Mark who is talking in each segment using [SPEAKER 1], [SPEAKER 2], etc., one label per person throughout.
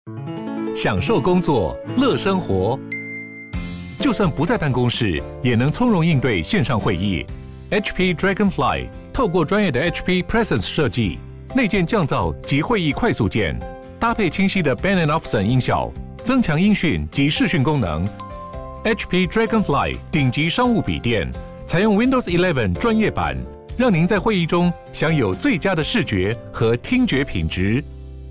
[SPEAKER 1] 享受工作，乐生活。就算不在办公室，也能从容应对线上会议。HP Dragonfly 透过专业的 HP Presence 设计，内建降噪及会议快速键，搭配清晰的 Bang & Olufsen 音效，增强音讯及视讯功能。HP Dragonfly 顶级商务笔电，采用 Windows 11专业版，让您在会议中享有最佳的视觉和听觉品质。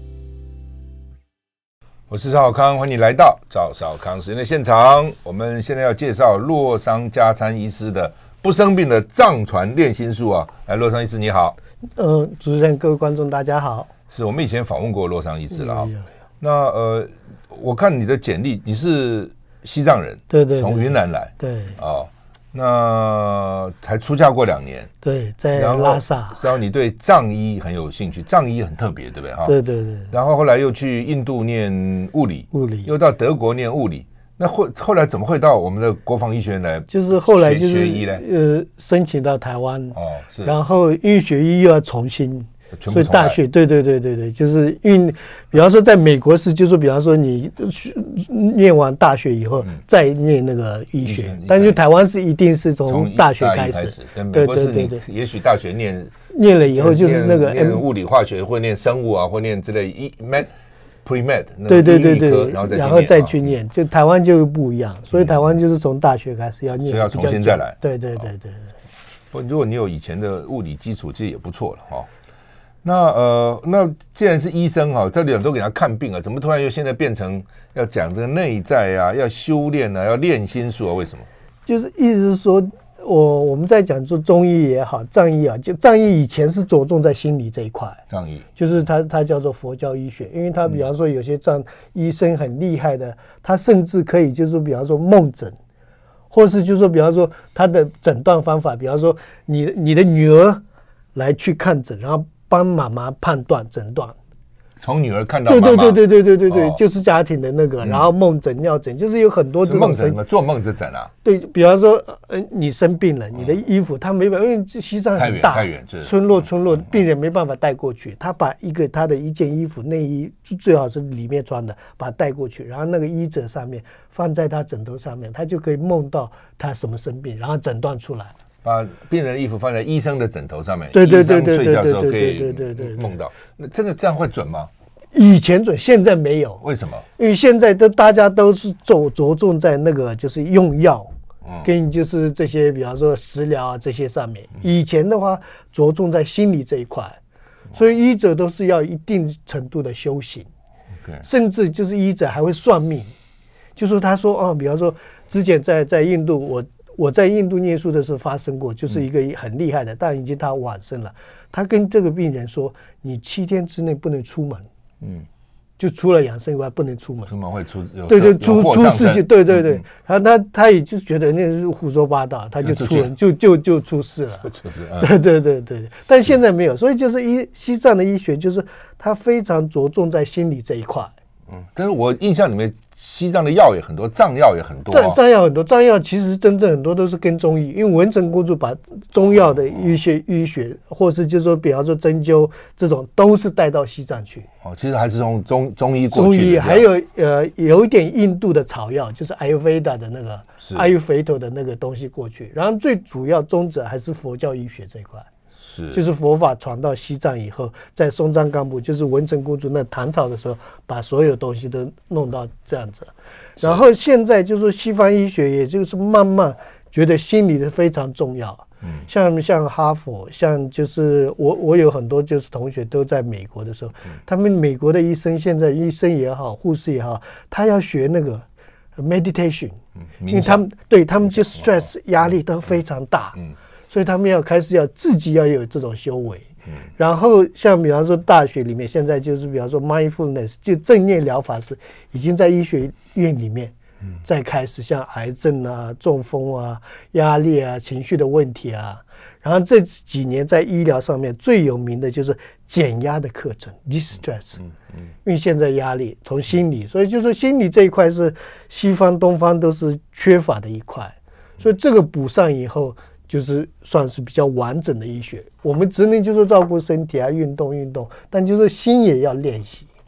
[SPEAKER 2] 我是赵少康，欢迎来到赵少康时间的现场。我们现在要介绍洛桑加参医师的不生病的藏传练心术啊！来，洛桑医师你好。
[SPEAKER 3] 主持人、各位观众大家好。
[SPEAKER 2] 是我们以前访问过洛桑医师了啊。那我看你的简历，你是西藏人，
[SPEAKER 3] 对对，
[SPEAKER 2] 从云南来，
[SPEAKER 3] 对
[SPEAKER 2] 哦，那才出家过2年，
[SPEAKER 3] 对，在拉萨。
[SPEAKER 2] 然后你对藏医很有兴趣，藏医很特别，对不对？哈，
[SPEAKER 3] 对对对。
[SPEAKER 2] 然后后来又去印度念物理，又到德国念物理。那后来怎么会到我们的国防医学院来？
[SPEAKER 3] 就是后来就是
[SPEAKER 2] 学医呢？
[SPEAKER 3] 申请到台湾，
[SPEAKER 2] 哦，是，
[SPEAKER 3] 然后因为学医又要重新。所以大学对，就是比方说在美国是，就是比方说你念完大学以后再念那个医学，但是台湾是一定是从大学开始，
[SPEAKER 2] 对对对对，也许大学
[SPEAKER 3] 念了以后就是那个
[SPEAKER 2] 念物理化学或念生物啊，或念之类pre-med，
[SPEAKER 3] 对对对对，然后再去念，就台湾就不一样，所以台湾就是从大学开始要念，
[SPEAKER 2] 所以要重新再来，
[SPEAKER 3] 对对对对。
[SPEAKER 2] 不，如果你有以前的物理基础，其实也不错了哈。那既然是医生哈，这里很多给他看病啊，怎么突然又现在变成要讲这个内在啊，要修炼啊，要练心术啊？为什么？
[SPEAKER 3] 就是意思是说，我们在讲说中医也好，藏医啊，就藏医以前是着重在心理这一块，
[SPEAKER 2] 藏医
[SPEAKER 3] 就是它叫做佛教医学，因为它比方说有些藏医生很厉害的，他甚至可以就是比方说梦诊，或是就是说比方说他的诊断方法，比方说你的女儿来去看诊，然后帮妈妈判断诊断，
[SPEAKER 2] 从女儿看到妈妈，
[SPEAKER 3] 对，就是家庭的那个，然后梦诊、尿诊，就是有很多这种
[SPEAKER 2] 梦诊，做梦就诊啊。
[SPEAKER 3] 对，比方说，你生病了，你的衣服他没办法，因为西藏很大，
[SPEAKER 2] 太远，
[SPEAKER 3] 村落，病人没办法带过去，他把他的一件衣服、内衣最好是里面穿的，把它带过去，然后那个衣褶上面放在他枕头上面，他就可以梦到他什么生病，然后诊断出来。
[SPEAKER 2] 把病人的衣服放在医生的枕头上面，
[SPEAKER 3] 对，
[SPEAKER 2] 睡觉的时候可以梦到。那真的这样会准吗？
[SPEAKER 3] 以前准，现在没有。
[SPEAKER 2] 为什么？
[SPEAKER 3] 因为现在大家都是着重在那个就是用药，跟就是这些比方说食疗啊这些上面。以前的话着重在心理这一块，所以医者都是要一定程度的修行，甚至就是医者还会算命，就说他说比方说之前在印度我在印度念书的时候发生过，就是一个很厉害的，但已经他往生了。他跟这个病人说：“你7天之内不能出门，就除了养生以外不能出门。
[SPEAKER 2] 出门会出
[SPEAKER 3] 出事就对。然后他也就觉得那是胡说八道，他就出门就出事了。对。但现在没有，所以就是西藏的医学就是他非常着重在心理这一块。
[SPEAKER 2] 但是我印象里面，西藏的药也很多，藏药也很多，
[SPEAKER 3] 藏药很多，藏药其实真正很多都是跟中医，因为文成公主把中药的医学，或是就是说，比方说针灸这种，都是带到西藏去。
[SPEAKER 2] 其实还是从中医过去的。中医
[SPEAKER 3] 还有一点印度的草药，就是 Ayurveda 的那个 Ayurveda 的那个东西过去，然后最主要宗旨还是佛教医学这一块。就是佛法传到西藏以后，在松赞干布就是文成公主那唐朝的时候，把所有东西都弄到这样子。然后现在就是说西方医学，也就是慢慢觉得心理的非常重要。像哈佛，像就是我有很多就是同学都在美国的时候，他们美国的医生现在医生也好，护士也好，他要学那个 meditation，因为他们就 stress 压力都非常大。所以他们开始自己要有这种修为，然后像比方说大学里面现在就是比方说 mindfulness 就正念疗法是已经在医学院里面在开始，像癌症啊、中风啊、压力啊、情绪的问题啊，然后这几年在医疗上面最有名的就是减压的课程 distress，因为现在压力从心理，所以就是心理这一块是西方东方都是缺乏的一块，所以这个补上以后就是算是比较完整的医学。我们只能就是照顾身体啊，运动，但就是心也要练习。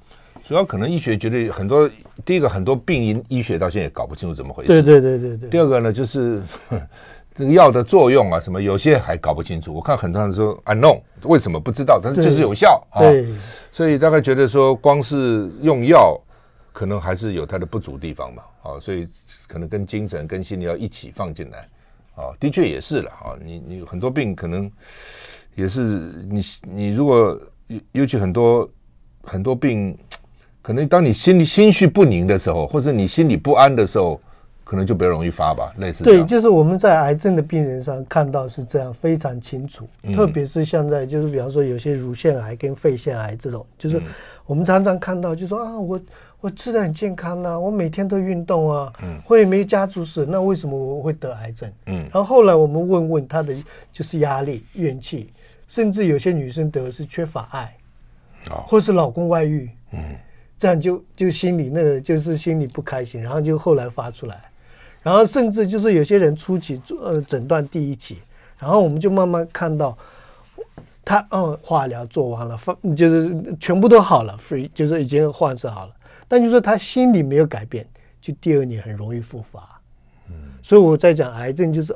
[SPEAKER 2] 主要可能医学觉得很多，第一个很多病因医学到现在也搞不清楚怎么回事。
[SPEAKER 3] 对。第
[SPEAKER 2] 二个呢，就是这个药的作用啊，什么有些还搞不清楚。我看很多人说 unknown， 为什么不知道？但是就是有效啊。对，所以大概觉得说，光是用药，可能还是有它的不足地方嘛。啊，所以可能跟精神、跟心理要一起放进来。啊，的确也是了啊。你很多病可能也是你如果尤其很多病。可能当你心绪不宁的时候，或者你心里不安的时候，可能就比较容易发吧，类似这样。
[SPEAKER 3] 对，就是我们在癌症的病人上看到是这样，非常清楚。特别是现在，就是比方说有些乳腺癌跟肺腺癌这种，就是我们常常看到，就说啊，我吃得很健康啊，我每天都运动啊，我也没家族史，那为什么我会得癌症？然后后来我们问他的就是压力、怨气，甚至有些女生得的是缺乏爱，或是老公外遇，这样就心里那个就是心里不开心，然后就后来发出来，然后甚至就是有些人初期诊断第一期，然后我们就慢慢看到他化疗做完了，就是全部都好了 ，free 就是已经换色好了，但就是他心里没有改变，就第二年很容易复发。所以我在讲癌症就是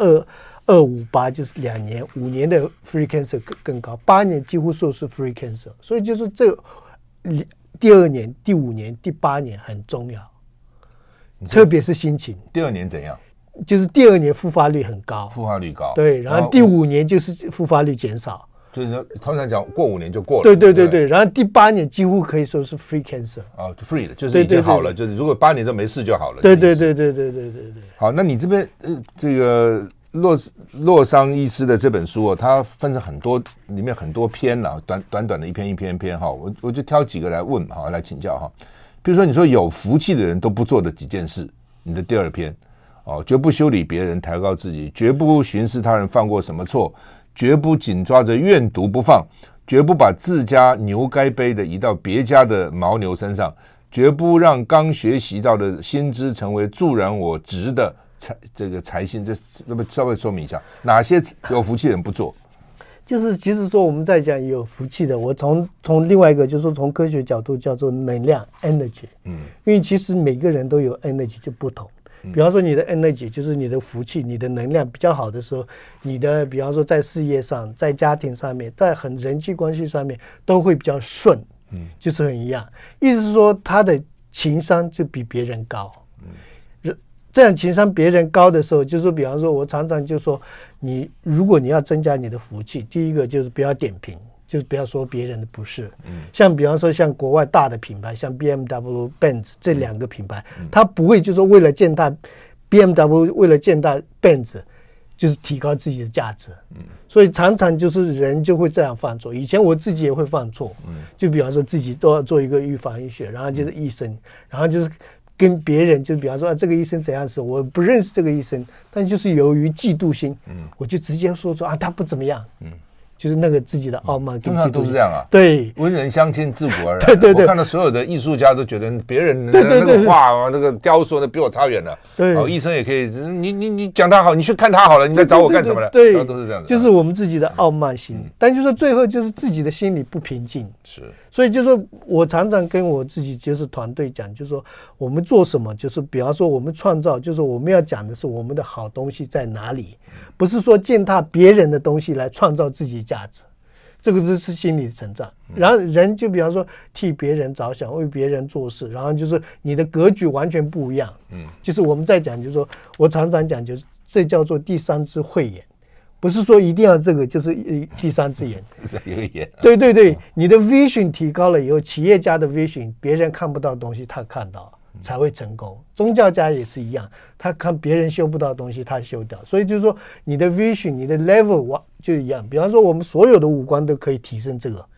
[SPEAKER 3] 258就是2年，5年的 free cancer 更高，8年几乎说是 free cancer， 所以就是这个第2年、第5年、第8年很重要，特别是心情。
[SPEAKER 2] 第2年怎样？
[SPEAKER 3] 就是第2年复发率很高，对，然后第5年就是复发率减少。
[SPEAKER 2] 就是说通常讲过5年就过了。
[SPEAKER 3] 对，然后第8年几乎可以说是 free cancer。
[SPEAKER 2] free 了，就是已经好了，就是如果8年都没事就好了。
[SPEAKER 3] 对。
[SPEAKER 2] 好，那你这边这个洛桑医师的这本书它分成很多，里面很多篇了，短的一篇哈，我就挑几个来问哈，来请教哈。比如说你说有福气的人都不做的几件事，你的第2篇绝不修理别人，抬高自己，绝不徇私他人犯过什么错，绝不紧抓着怨毒不放，绝不把自家牛该背的移到别家的牦牛身上，绝不让刚学习到的新知成为助燃我执的这个财星。这稍微说明一下，哪些有福气的人不做？
[SPEAKER 3] 就是其实说我们在讲有福气的，我从另外一个就是说从科学角度叫做能量 energy， 因为其实每个人都有 energy 就不同。比方说你的 energy 就是你的福气，你的能量比较好的时候，你的比方说在事业上，在家庭上面，在很人际关系上面都会比较顺，就是很一样。意思是说他的情商就比别人高。这样情商别人高的时候，就是比方说我常常就说，如果你要增加你的福气，第一个就是不要点评，就是不要说别人的不是。像比方说像国外大的品牌，像 BMW、Benz 这2个品牌，它不会就是说为了践踏 BMW， 为了践踏 Benz， 就是提高自己的价值。所以常常就是人就会这样犯错。以前我自己也会犯错，就比方说自己都要做一个预防医学，然后就是医生，然后就是跟别人就比方说这个医生怎样子，我不认识这个医生，但就是由于嫉妒心，我就直接说他不怎么样，就是那个自己的傲慢跟嫉妒心，
[SPEAKER 2] 通常都是这样啊。
[SPEAKER 3] 对，
[SPEAKER 2] 文人相亲自古而然。对，我看到所有的艺术家都觉得别人那个画那个雕塑的比我差远了。对，医生也可以，你讲他好，你去看他好了，你来找我干什么了？
[SPEAKER 3] 对，
[SPEAKER 2] 都是这样子。
[SPEAKER 3] 就是我们自己的傲慢心，但就是最后就是自己的心里不平静。
[SPEAKER 2] 是。
[SPEAKER 3] 所以就是说我常常跟我自己就是团队讲，就是说我们做什么，就是比方说我们创造，就是我们要讲的是我们的好东西在哪里，不是说践踏别人的东西来创造自己价值，这个是心理的成长。然后人就比方说替别人着想，为别人做事，然后就是你的格局完全不一样。就是我们在讲，就是说我常常讲，就是这叫做第3只慧眼。不是说一定要这个，就是第3只眼，
[SPEAKER 2] 有一眼。
[SPEAKER 3] 对，你的 vision 提高了以后，企业家的 vision， 别人看不到的东西他看到才会成功。宗教家也是一样，他看别人修不到的东西他修掉。所以就是说你的 vision， 你的 level 就一样。比方说我们所有的五官都可以提升这个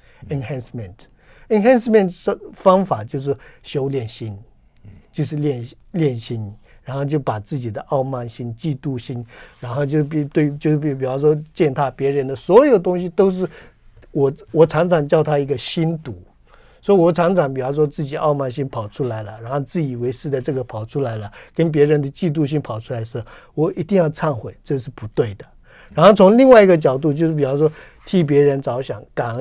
[SPEAKER 3] enhancement 方法就是修炼心，就是练心。然后就把自己的傲慢心、嫉妒心，然后就比方说践踏别人的所有东西都是我常常叫他一个心毒。所以我常常比方说自己傲慢心跑出来了，然后自以为是的这个跑出来了，跟别人的嫉妒心跑出来的时候，我一定要忏悔，这是不对的。然后从另外一个角度，就是比方说替别人着想，感恩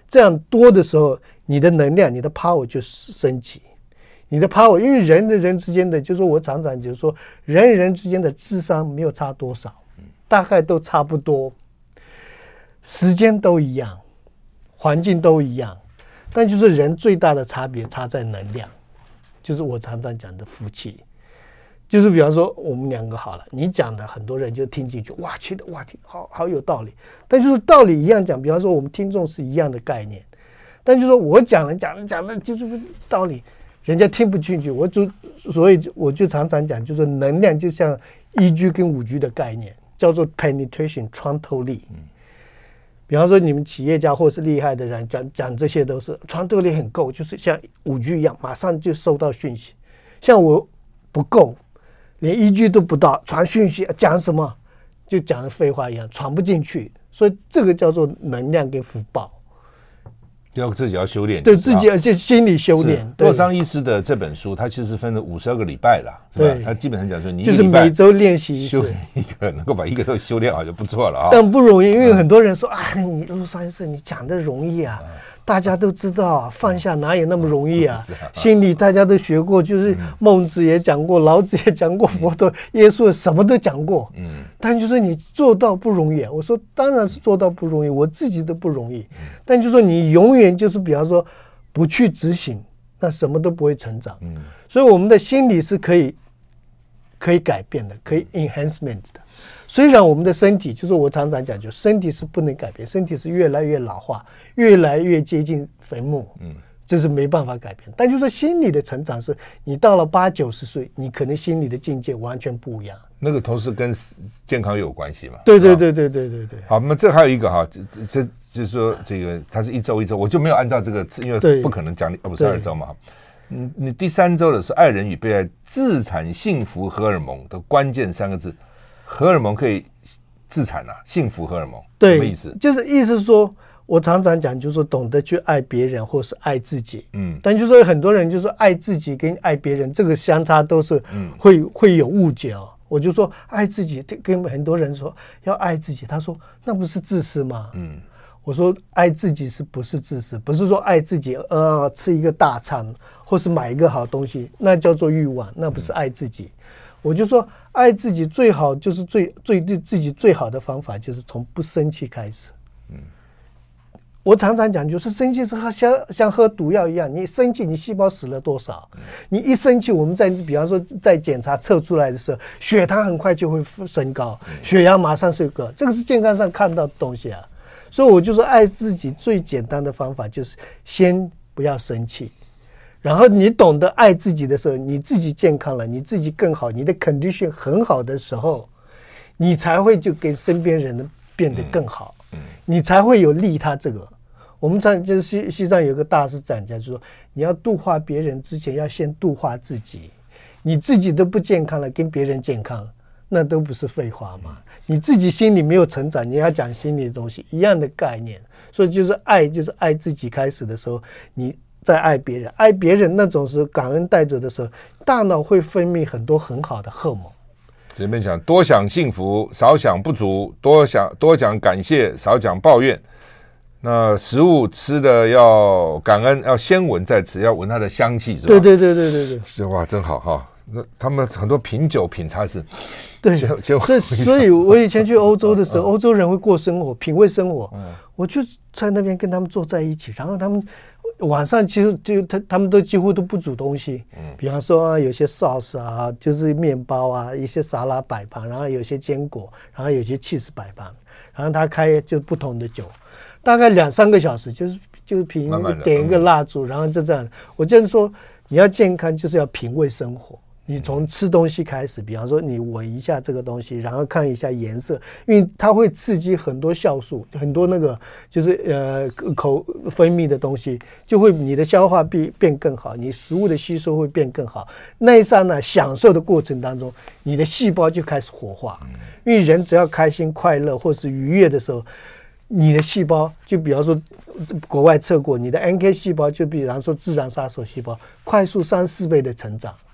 [SPEAKER 3] 这样多的时候，你的能量、你的 power 就升级。你的 power， 因为人的人之间的，就是说我常常就是说，人与人之间的智商没有差多少，大概都差不多，时间都一样，环境都一样，但就是人最大的差别差在能量，就是我常常讲的福气。就是比方说我们两个好了，你讲的很多人就听进去，哇，觉得哇，好有道理。但就是道理一样讲，比方说我们听众是一样的概念，但就是说我讲的就是道理，人家听不进去。所以我就常常讲，就是能量就像1G 跟5G 的概念，叫做 penetration 穿透力。比方说你们企业家或是厉害的人讲这些都是穿透力很够，就是像5G 一样，马上就收到讯息。像我不够。连1G 都不到，传讯息讲什么就讲的废话一样，传不进去。所以这个叫做能量跟福报，
[SPEAKER 2] 要自己要修炼，
[SPEAKER 3] 对自己要去心理修炼。
[SPEAKER 2] 洛桑医师的这本书，它其实分了52个礼拜啦，是吧？他基本上讲说，你
[SPEAKER 3] 就是每周练习
[SPEAKER 2] 修一个，能够把一个都修炼好就不错了啊。
[SPEAKER 3] 但不容易，因为很多人说啊，你洛桑医师你讲的容易啊。大家都知道啊，放下哪有那么容易啊？心理大家都学过，就是孟子也讲过，老子也讲过，佛陀、耶稣什么都讲过。但就是你做到不容易啊。我说当然是做到不容易，我自己都不容易。但就是说你永远就是比方说不去执行，那什么都不会成长。所以我们的心理是可以改变的，可以 enhancement 的。虽然我们的身体，就是我常常讲，就身体是不能改变，身体是越来越老化，越来越接近坟墓，这是没办法改变。但就是心理的成长是，你到了80、90岁，你可能心理的境界完全不一样。
[SPEAKER 2] 那个同时跟健康有关系嘛？
[SPEAKER 3] 对。
[SPEAKER 2] 好，那么这还有一个哈，这就是说这个它是一周，我就没有按照这个，因为不可能讲52周嘛。你第3周的是爱人与被爱自产幸福荷尔蒙的关键3个字。荷尔蒙可以自产啊，幸福荷尔蒙，什么意思？
[SPEAKER 3] 就是意思说，我常常讲，就是说懂得去爱别人或是爱自己。但就是说很多人就是说爱自己跟爱别人这个相差都是会有误解哦。我就说爱自己，跟很多人说要爱自己，他说那不是自私吗？我说爱自己是不是自私？不是说爱自己吃一个大餐或是买一个好东西，那叫做欲望，那不是爱自己。我就说爱自己最好就是对自己最好的方法就是从不生气开始。我常常讲，就是生气是像喝毒药一样，你生气你细胞死了多少？你一生气，我们比方说在检查测出来的时候，血糖很快就会升高，血压马上升高，这个是健康上看到的东西啊。所以我就说爱自己最简单的方法就是先不要生气。然后你懂得爱自己的时候，你自己健康了，你自己更好，你的 condition 很好的时候，你才会就跟身边人变得更好，你才会有利他这个。我们就是西藏有个大师讲就说，你要度化别人之前，要先度化自己。你自己都不健康了，跟别人健康，那都不是废话嘛。你自己心里没有成长，你要讲心里的东西，一样的概念。所以就是爱自己开始的时候，你在爱别人那种是感恩带着的时候，大脑会分泌很多很好的荷尔蒙。
[SPEAKER 2] 这边讲多想幸福，少想不足；多讲感谢，少讲抱怨。那食物吃的要感恩，要先闻再吃，要闻它的香气，是吧？
[SPEAKER 3] 对，
[SPEAKER 2] 哇，真好哈！那他们很多品酒品茶是，
[SPEAKER 3] 对，所以我以前去欧洲的时候，欧洲人会过生活，品味生活，我就在那边跟他们坐在一起，然后他们晚上其实他们都几乎都不煮东西，比方说有些 sauce 啊，就是面包啊，一些沙拉摆盘，然后有些坚果，然后有些 cheese 摆盘，然后他开就不同的酒，大概2-3个小时，就是品点一个蜡烛，然后就这样。我就是说，你要健康，就是要品味生活。你从吃东西开始，比方说你闻一下这个东西，然后看一下颜色，因为它会刺激很多酵素，很多那个就是口分泌的东西，就会你的消化变更好，你食物的吸收会变更好。那一刹那享受的过程当中，你的细胞就开始活化，因为人只要开心快乐或是愉悦的时候，你的细胞就比方说国外测过，你的 NK 细胞就比方说自然杀手细胞快速3-4倍的成长。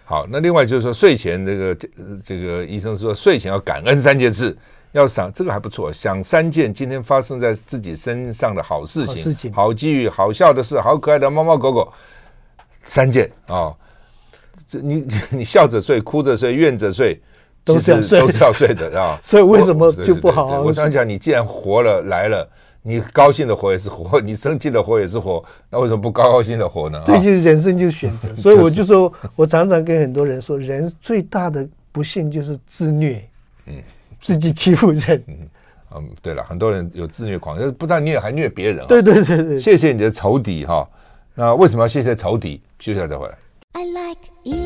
[SPEAKER 2] 好，那另外就是说睡前这个医生说睡前要感恩3件事，要想这个还不错，想3件今天发生在自己身上的好事情、好机遇、好笑的事、好可爱的猫猫狗狗，3件啊。你笑着睡、哭着睡、怨着睡，
[SPEAKER 3] 都是
[SPEAKER 2] 要睡的啊。
[SPEAKER 3] 所以为什么就不好好睡？
[SPEAKER 2] 我常讲，你既然活了来了，你高兴的活也是活，你生气的活也是活，那为什么不高兴的活呢？
[SPEAKER 3] 这就是人生就是选择。所以我就说，我常常跟很多人说，人最大的不幸就是自虐，自己欺负人。
[SPEAKER 2] 对了，很多人有自虐狂，不但虐还虐别人。
[SPEAKER 3] 对对对对，
[SPEAKER 2] 谢谢你的仇敌哈。那为什么要谢谢仇敌？休息一下再回来。
[SPEAKER 4] I like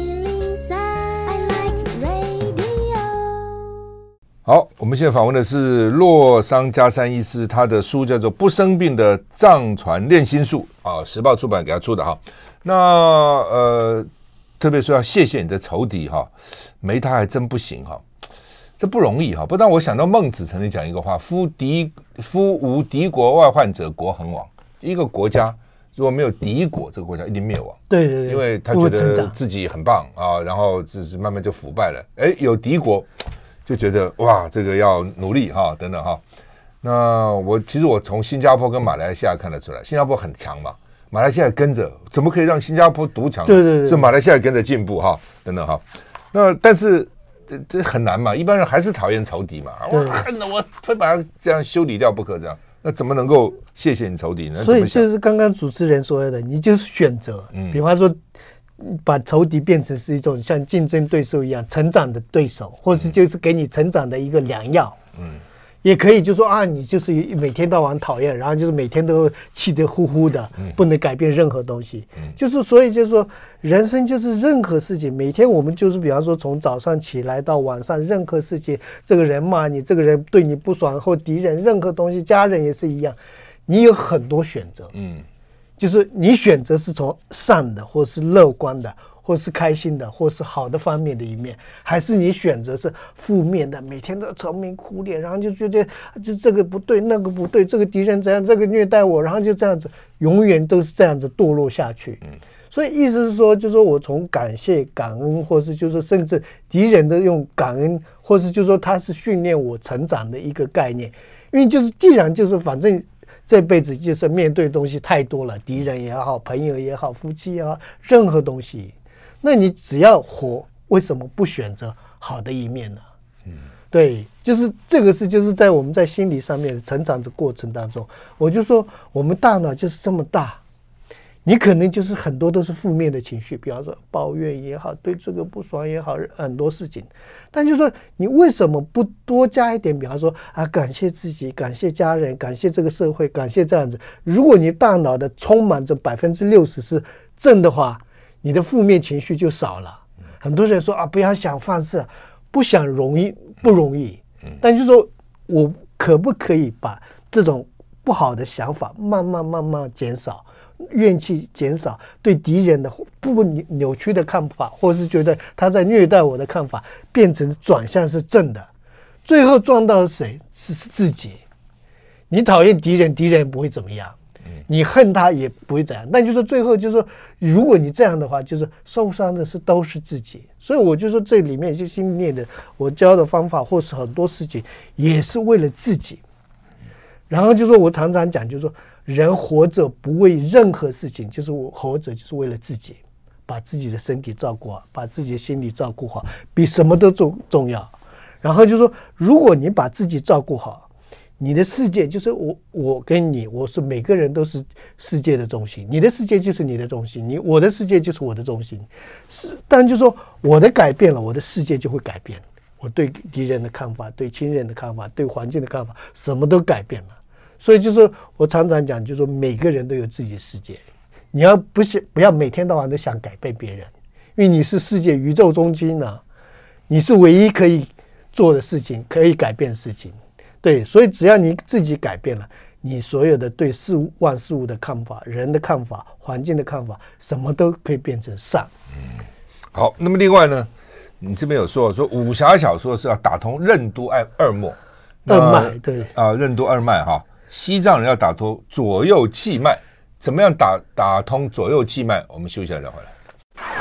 [SPEAKER 4] 103, I like radio。
[SPEAKER 2] 好，我们现在访问的是洛桑加山医师，他的书叫做《不生病的藏传炼心术》啊，时报出版给他出的哈。那特别说要谢谢你的仇敌哈，没他还真不行哈，这不容易哈。不但我想到孟子曾经讲一个话：夫无敌国外患者，国恒亡。一个国家如果没有敌国，这个国家一定灭亡。
[SPEAKER 3] 对对对，
[SPEAKER 2] 因为他觉得自己很棒啊，然后慢慢就腐败了。有敌国就觉得哇，这个要努力哈，等等哈。那其实我从新加坡跟马来西亚看得出来，新加坡很强嘛，马来西亚跟着，怎么可以让新加坡独强？
[SPEAKER 3] 对对对，
[SPEAKER 2] 所以马来西亚跟着进步哈，等等哈。那但是这很难嘛，一般人还是讨厌仇敌嘛，我恨的我非把他这样修理掉不可，这样。那怎么能够谢谢你仇敌呢？
[SPEAKER 3] 所以就是刚刚主持人说的，你就是选择，比方说把仇敌变成是一种像竞争对手一样成长的对手，或是就是给你成长的一个良药。也可以就说啊，你就是每天到晚讨厌，然后就是每天都气得呼呼的，不能改变任何东西。就是所以就是说，人生就是任何事情，每天我们就是比方说从早上起来到晚上，任何事情，这个人骂你，这个人对你不爽或敌人，任何东西，家人也是一样，你有很多选择。就是你选择是从善的，或是乐观的，或是开心的，或是好的方面的一面，还是你选择是负面的，每天都愁眉苦脸，然后就觉得就这个不对那个不对，这个敌人怎样，这个虐待我，然后就这样子永远都是这样子堕落下去。所以意思是说，就是说我从感谢感恩，或是就是甚至敌人的用感恩，或是就是说他是训练我成长的一个概念。因为就是既然就是反正这辈子就是面对的东西太多了，敌人也好，朋友也好，夫妻也好，任何东西，那你只要活，为什么不选择好的一面呢？对，就是这个是就是在我们在心理上面成长的过程当中，我就说我们大脑就是这么大，你可能就是很多都是负面的情绪，比方说抱怨也好，对这个不爽也好，很多事情。但就是说你为什么不多加一点，比方说啊，感谢自己，感谢家人，感谢这个社会，感谢这样子。如果你大脑的充满着60%是正的话，你的负面情绪就少了。很多人说啊，不要想放肆，不想不容易。但就是说我可不可以把这种不好的想法慢慢减少，怨气减少，对敌人的不扭曲的看法，或是觉得他在虐待我的看法，变成转向是正的，最后撞到谁？是自己。你讨厌敌人，敌人不会怎么样，你恨他也不会怎样。但就是最后就是说，如果你这样的话，就是受伤的都是自己。所以我就说这里面就心里面的我教的方法，或是很多事情也是为了自己。然后就说我常常讲，就是说人活着不为任何事情，就是我活着就是为了自己，把自己的身体照顾好，把自己的心理照顾好，比什么都重要。然后就说如果你把自己照顾好，你的世界就是我跟你，我是每个人都是世界的中心，你的世界就是你的中心，我的世界就是我的中心。但就是说我的改变了，我的世界就会改变，我对敌人的看法，对亲人的看法，对环境的看法，什么都改变了。所以就是我常常讲，就是说每个人都有自己的世界，你要不要每天到晚都想改变别人，因为你是世界宇宙中心啊，你是唯一可以做的事情，可以改变的事情。对，所以只要你自己改变了，你所有的对万事物的看法、人的看法、环境的看法，什么都可以变成善。
[SPEAKER 2] 好，那么另外呢，你这边有说武侠小说是要打通任督二脉，
[SPEAKER 3] 对
[SPEAKER 2] 任督二脉哈。西藏人要打通左右气脉，怎么样打通左右气脉？我们休息一下再回来。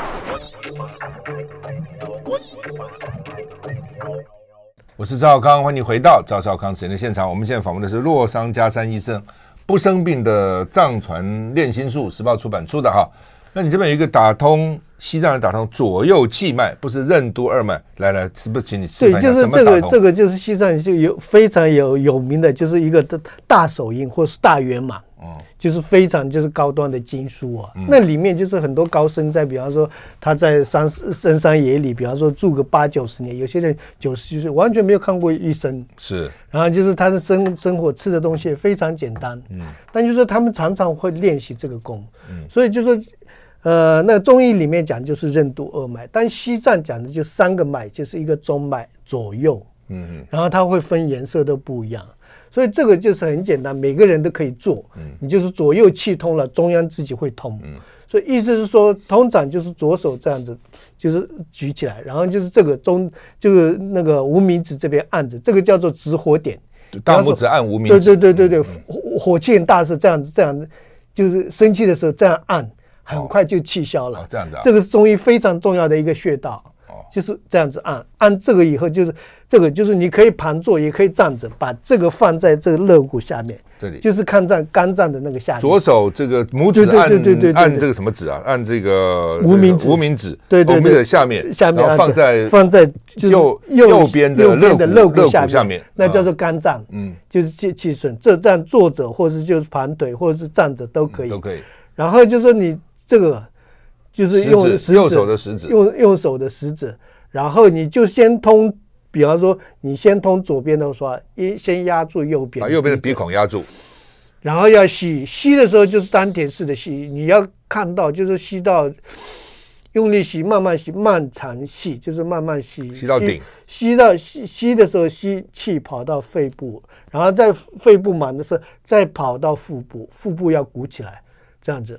[SPEAKER 2] 我是赵少康，欢迎回到赵少康时间的现场。我们现在访问的是洛桑加山医生不生病的藏传炼心术，时报出版出的哈。那你这边有一个打通西藏的打通左右气脉，不是任督二脉，来，是不是请你示范一下
[SPEAKER 3] 对，
[SPEAKER 2] 怎么打通？
[SPEAKER 3] 这个就是西藏就有非常有名的，就是一个大手印或是大圆满。就是非常就是高端的经书啊，那里面就是很多高僧在，比方说他在深山野里，比方说住个80-90年，有些人90岁完全没有看过医生，
[SPEAKER 2] 是，
[SPEAKER 3] 然后就是他的生活吃的东西也非常简单，但就是他们常常会练习这个功，所以就是那中医里面讲就是任督二脉，但西藏讲的就3个脉，就是一个中脉左右，然后它会分颜色都不一样。所以这个就是很简单，每个人都可以做。你就是左右气通了，中央自己会通。所以意思是说，通常就是左手这样子，就是举起来，然后就是这个就是那个无名指这边按着，这个叫做直火点。
[SPEAKER 2] 大拇指按无名指。
[SPEAKER 3] 对，火气很大是这样子，就是生气的时候这样按，很快就气消了。
[SPEAKER 2] 这样子啊。
[SPEAKER 3] 这个是中医非常重要的一个穴道。就是这样子按这个以后，就是这个就是你可以盘坐，也可以站着，把这个放在这个肋骨下面，
[SPEAKER 2] 这里
[SPEAKER 3] 就是肝脏的那个下面。
[SPEAKER 2] 左手这个拇指按这个什么指啊？按这个无名指，对，无名指下面，然后放在右边的肋骨下面，
[SPEAKER 3] 那叫做肝脏。就是气损，这样坐着或是就是盘腿或者是站着都可以。然后就说你这个。就是用
[SPEAKER 2] 右手的食指，
[SPEAKER 3] 用手的食指，然后你就先通，比方说你先通左边的话，先压住右边，
[SPEAKER 2] 把右边的鼻孔压住，
[SPEAKER 3] 然后要吸的时候就是丹田式的吸，你要看到就是吸到用力吸，慢慢吸，慢长吸，就是慢慢吸，
[SPEAKER 2] 吸到顶，
[SPEAKER 3] 吸的时候吸气跑到肺部，然后在肺部满的时候再跑到腹部，腹部要鼓起来，这样子。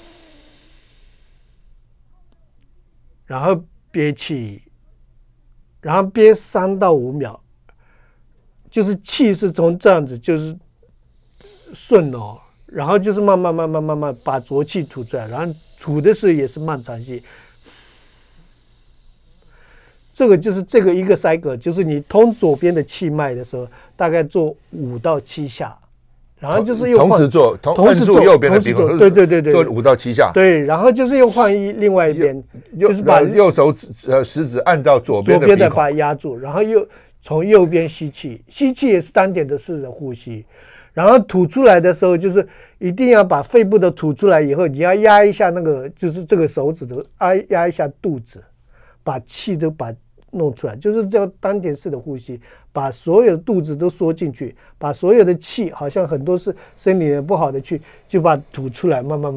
[SPEAKER 3] 然后憋气，然后憋3到5秒，就是气是从这样子就是顺哦，然后就是慢慢把浊气吐出来，然后吐的时候也是慢长吸。这个就是这个一个 cycle， 就是你通左边的气脉的时候，大概做5到7下。然后就是又
[SPEAKER 2] 同时做，按住右边的鼻孔，
[SPEAKER 3] 对，
[SPEAKER 2] 做5到7下。
[SPEAKER 3] 对，然后就是又换另外一边，就是把
[SPEAKER 2] 右手食指按照左边的
[SPEAKER 3] 把它压住，然后又从右边吸气，吸气也是丹田的式的呼吸，然后吐出来的时候，就是一定要把肺部的吐出来以后，你要压一下那个，就是这个手指的压一下肚子，把气都弄出来，就是叫丹田式的呼吸，把所有的肚子都缩进去，把所有的气，好像很多是身体不好的气，就把它吐出来，慢慢，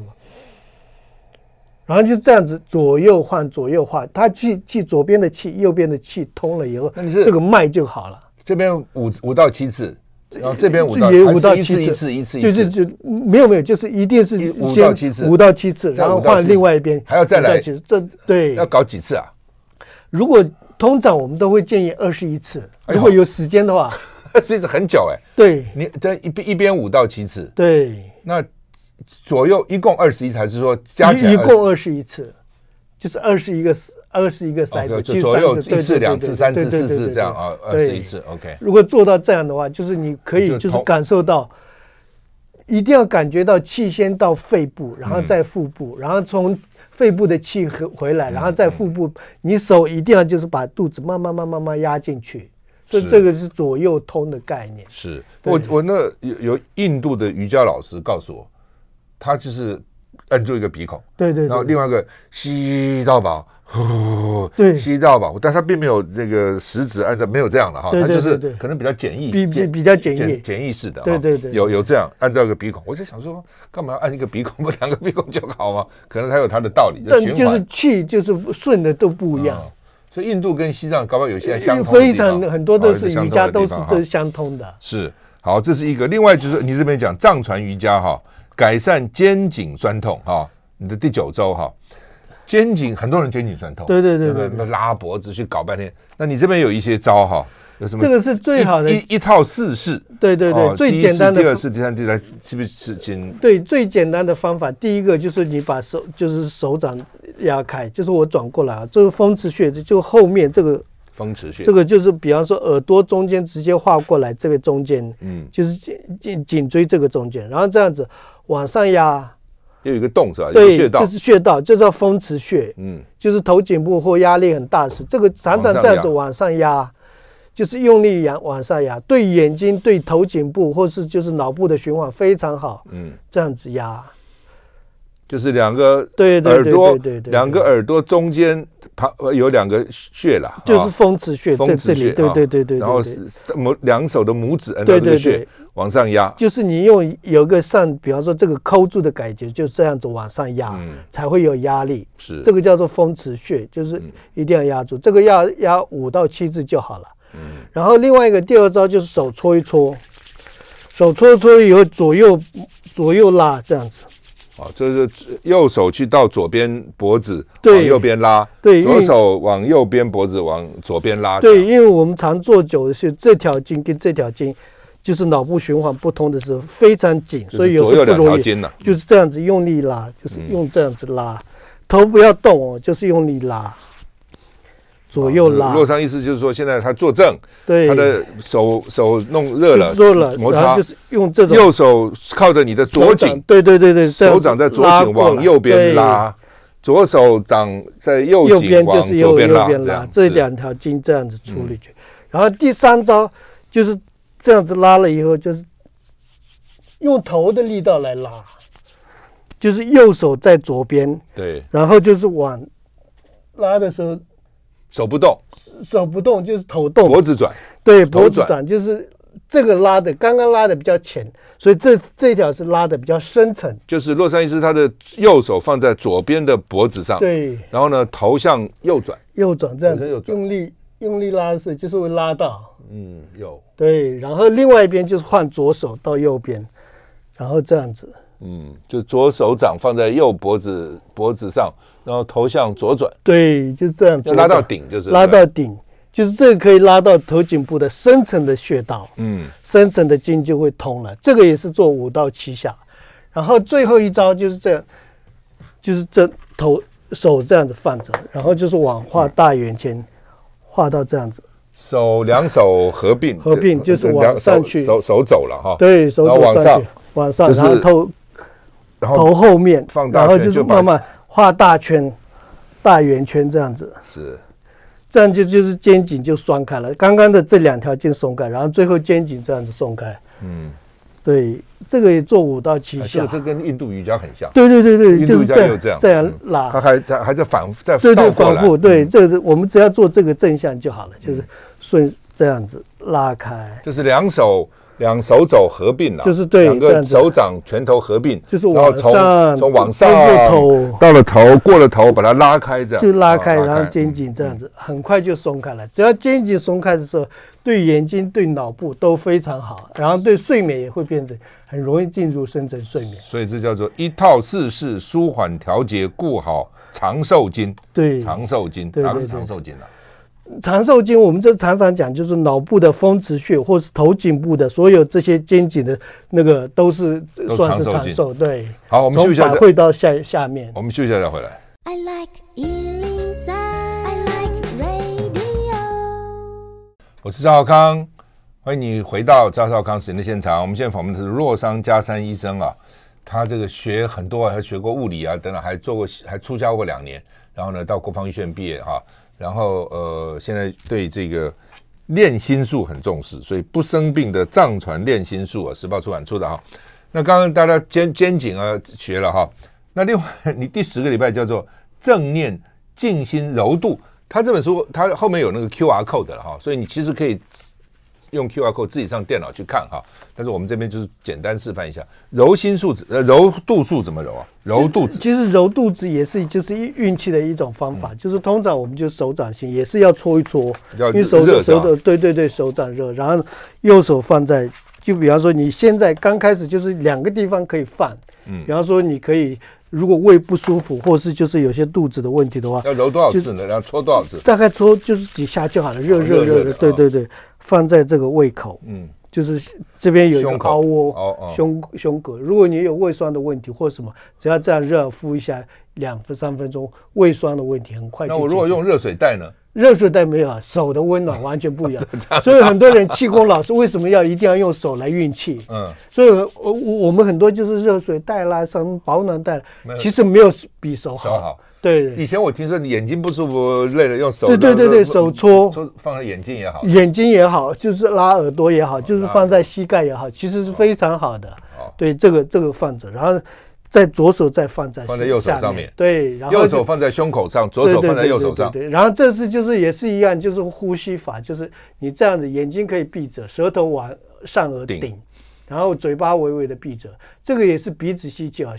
[SPEAKER 3] 然后就这样子左右换，它气左边的气，右边的气通了以后，这个脉就好了。
[SPEAKER 2] 这边5到7次，然后这边5到7次，一次，
[SPEAKER 3] 就没有，就是一定是5到7次，然后换另外一边，
[SPEAKER 2] 还要再来，
[SPEAKER 3] 对，
[SPEAKER 2] 要搞几次啊？
[SPEAKER 3] 如果通常我们都会建议21次，如果有时间的话
[SPEAKER 2] ，21次很久
[SPEAKER 3] 对，
[SPEAKER 2] 你这一边5到7次，
[SPEAKER 3] 对，
[SPEAKER 2] 那左右一共21次，还是说加起来
[SPEAKER 3] 一共21次，就是21个骰子，
[SPEAKER 2] 就左右1次、2次、3次、4次这样啊，21次。OK，
[SPEAKER 3] 如果做到这样的话，就是你可以就是感受到，一定要感觉到气先到肺部，然后再腹部，然后从肺部的气回来，然后在腹部，你手一定要就是把肚子慢慢压进去，所以这个是左右通的概念。
[SPEAKER 2] 是我那有印度的瑜伽老师告诉我，他就是按住一个鼻孔，
[SPEAKER 3] 对，
[SPEAKER 2] 然后另外一个吸到饱，
[SPEAKER 3] 对，
[SPEAKER 2] 吸到饱，但他并没有这个食指按照，没有这样的哈，他就是可能比较简易，
[SPEAKER 3] 比较简易
[SPEAKER 2] 式的，
[SPEAKER 3] 对，
[SPEAKER 2] 有这样按照一个鼻孔，我就想说，干嘛要按一个鼻孔，不2个鼻孔就好吗？可能它有它的道理，
[SPEAKER 3] 但就是气就是顺的都不一样。
[SPEAKER 2] 所以印度跟西藏搞不好有些相通的
[SPEAKER 3] 非常很多都是瑜伽都是相通的。
[SPEAKER 2] 是，好，这是一个。另外就是你这边讲藏传瑜伽哈，改善肩颈酸痛哈，你的第9周哈，肩颈很多人肩颈酸痛，
[SPEAKER 3] 对，
[SPEAKER 2] 拉脖子去搞半天。那你这边有一些招哈， 有什么？
[SPEAKER 3] 这个是最好的
[SPEAKER 2] 一套4式。
[SPEAKER 3] 对对对，最简单的。
[SPEAKER 2] 第2式、第3、第4，是不是请？
[SPEAKER 3] 对，最简单的方法，第一个就是你把手掌压开，就是我转过来啊，这个风池穴就后面这个
[SPEAKER 2] 风池穴，
[SPEAKER 3] 这个就是比方说耳朵中间直接画过来，这个中间，就是颈椎这个中间，然后这样子往上压。
[SPEAKER 2] 有一个洞是吧？
[SPEAKER 3] 对，
[SPEAKER 2] 穴道，
[SPEAKER 3] 这是穴道，这叫风池穴。就是头颈部或压力很大时，这个常常这样子往上压，就是用力往上压，对眼睛、对头颈部或是就是脑部的循环非常好。这样子压，
[SPEAKER 2] 就是2个耳朵，2个耳朵中间有2个穴啦，
[SPEAKER 3] 就是风池穴在这里。对。
[SPEAKER 2] 然后2手的拇指按到这个穴往上压，
[SPEAKER 3] 就是你有个比方说这个抠住的感觉，就这样子往上压，才会有压力。
[SPEAKER 2] 是
[SPEAKER 3] 这个叫做风池穴，就是一定要压住，这个压5到7次就好了。然后另外一个第2招就是手搓一搓，手搓一搓以后左右拉这样子。
[SPEAKER 2] 就是右手去到左边脖子，往右边拉，对，左手往右边脖子往左边拉。
[SPEAKER 3] 对，因为我们常做久的是这条筋跟这条筋，就是脑部循环不通的时候非常紧，所以有时候不容易。就是这样子用力拉，就是用这样子拉，头不要动哦，就是用力拉。左右拉，
[SPEAKER 2] 洛桑意思就是说，现在他坐正，
[SPEAKER 3] 对，
[SPEAKER 2] 他的手弄热了，摩擦，
[SPEAKER 3] 就是用这种
[SPEAKER 2] 右手靠着你的左颈，
[SPEAKER 3] 对，
[SPEAKER 2] 手掌在左颈往右边拉，左手掌在右颈往左边拉，
[SPEAKER 3] 这2条筋这样子处理去。然后第3招就是这样子拉了以后，就是用头的力道来拉，就是右手在左边，
[SPEAKER 2] 对，
[SPEAKER 3] 然后就是往拉的时候。
[SPEAKER 2] 手不动就是头动， 脖子转，
[SPEAKER 3] 对，脖子转就是这个拉的，刚刚拉的比较浅，所以这条是拉的比较深层。
[SPEAKER 2] 就是洛桑医师他的右手放在左边的脖子上，
[SPEAKER 3] 对，
[SPEAKER 2] 然后呢头向右转
[SPEAKER 3] 这样子，用力拉的时候就是会拉到，
[SPEAKER 2] 有，
[SPEAKER 3] 对，然后另外一边就是换左手到右边，然后这样子。
[SPEAKER 2] 就左手掌放在右脖子上，然后头向左转，
[SPEAKER 3] 对，就是这样，
[SPEAKER 2] 拉到顶，就是
[SPEAKER 3] 拉到顶，就是这个可以拉到头颈部的深层的穴道，深层的筋就会通了。这个也是做5到7下，然后最后一招就是这样，就是手这样子放着，然后就是往画大圆圈，画到这样子，
[SPEAKER 2] 2手合并
[SPEAKER 3] 就是往上去，
[SPEAKER 2] 手走了哈，
[SPEAKER 3] 对，手走上去，往上，然后头后面放大圈，然后就是慢慢画大圈、大圆圈这样子。
[SPEAKER 2] 是，
[SPEAKER 3] 这样就是肩颈就松开了。刚刚的这2条筋松开，然后最后肩颈这样子松开。对，这个也做5到7下。
[SPEAKER 2] 这跟印度瑜伽很像。
[SPEAKER 3] 对，
[SPEAKER 2] 印度瑜伽也有这样
[SPEAKER 3] 拉，
[SPEAKER 2] 它还在反复，
[SPEAKER 3] 对，反复。对，这个我们只要做这个正向就好了，就是顺这样子拉开。
[SPEAKER 2] 就是2手肘合并了，
[SPEAKER 3] 就是对
[SPEAKER 2] ，2个手掌拳头合并，
[SPEAKER 3] 就是
[SPEAKER 2] 往上，从往上到了头，过了头，把它拉开，这样
[SPEAKER 3] 就拉开，然后肩颈这样子，很快就松开了。只要肩颈松开的时候，对眼睛、对脑部都非常好，然后对睡眠也会变成很容易进入深层睡眠。
[SPEAKER 2] 所以这叫做一套4式舒缓调节，顾好长寿经。
[SPEAKER 3] 对，
[SPEAKER 2] 长寿经，哪个是长寿经啊？
[SPEAKER 3] 长寿经我们这常常讲，就是脑部的风池穴或是头颈部的所有这些肩颈的那个都是算是长寿。对，
[SPEAKER 2] 好，我们休息一下，
[SPEAKER 3] 从百会到下面。
[SPEAKER 2] 我们休息一下再回来。
[SPEAKER 4] I like 103, I like radio。
[SPEAKER 2] 我是赵少康，欢迎你回到赵少康时间的现场。我们现在访问的是洛桑加山医生啊，他这个学很多，还学过物理啊等等，还出家过2年，然后呢到国防医学院毕业哈。然后现在对这个练心术很重视，所以不生病的藏传练心术啊，时报出版出的哈。那刚刚大家肩颈啊学了哈，那另外你第10个礼拜叫做正念静心柔度，他这本书他后面有那个 QR code 的哈，所以你其实可以用 QR code 自己上电脑去看哈。但是我们这边就是简单示范一下柔心术柔度术怎么柔啊？揉肚子，
[SPEAKER 3] 其实揉肚子也是就是运气的一种方法，就是通常我们就手掌心也是要搓一搓，因为手对手掌热，然后右手放在，就比方说你现在刚开始就是2个地方可以放，比方说你可以如果胃不舒服或是就是有些肚子的问题的话，
[SPEAKER 2] 要揉多少次呢？然后搓多少次？
[SPEAKER 3] 大概搓就是几下就好了，热的，对。 放在这个胃口，就是这边有一个凹窝，胸口。如果你有胃酸的问题或什么，只要这样热敷一下2-3分钟，胃酸的问题很快就解决。
[SPEAKER 2] 那我如果用热水袋呢？
[SPEAKER 3] 热水袋没有啊，手的温暖完全不一样。所以很多人气功老师为什么一定要用手来运气？所以我们很多就是热水袋啦，什么保暖袋，其实没有比手好。对，
[SPEAKER 2] 以前我听说你眼睛不舒服累了用手，
[SPEAKER 3] 对，手搓
[SPEAKER 2] 放在眼睛也好，
[SPEAKER 3] 眼睛也好，就是拉耳朵也好，就是放在膝盖也好，其实是非常好的。对，这个放着，然后在左手再放在
[SPEAKER 2] 右手上面，
[SPEAKER 3] 对，然后
[SPEAKER 2] 右手放在胸口上，左手放在右手上，
[SPEAKER 3] 对。然后这次就是也是一样，就是呼吸法，就是你这样子，眼睛可以闭着，舌头往上颚顶，然后嘴巴微微的闭着，这个也是鼻子吸气啊，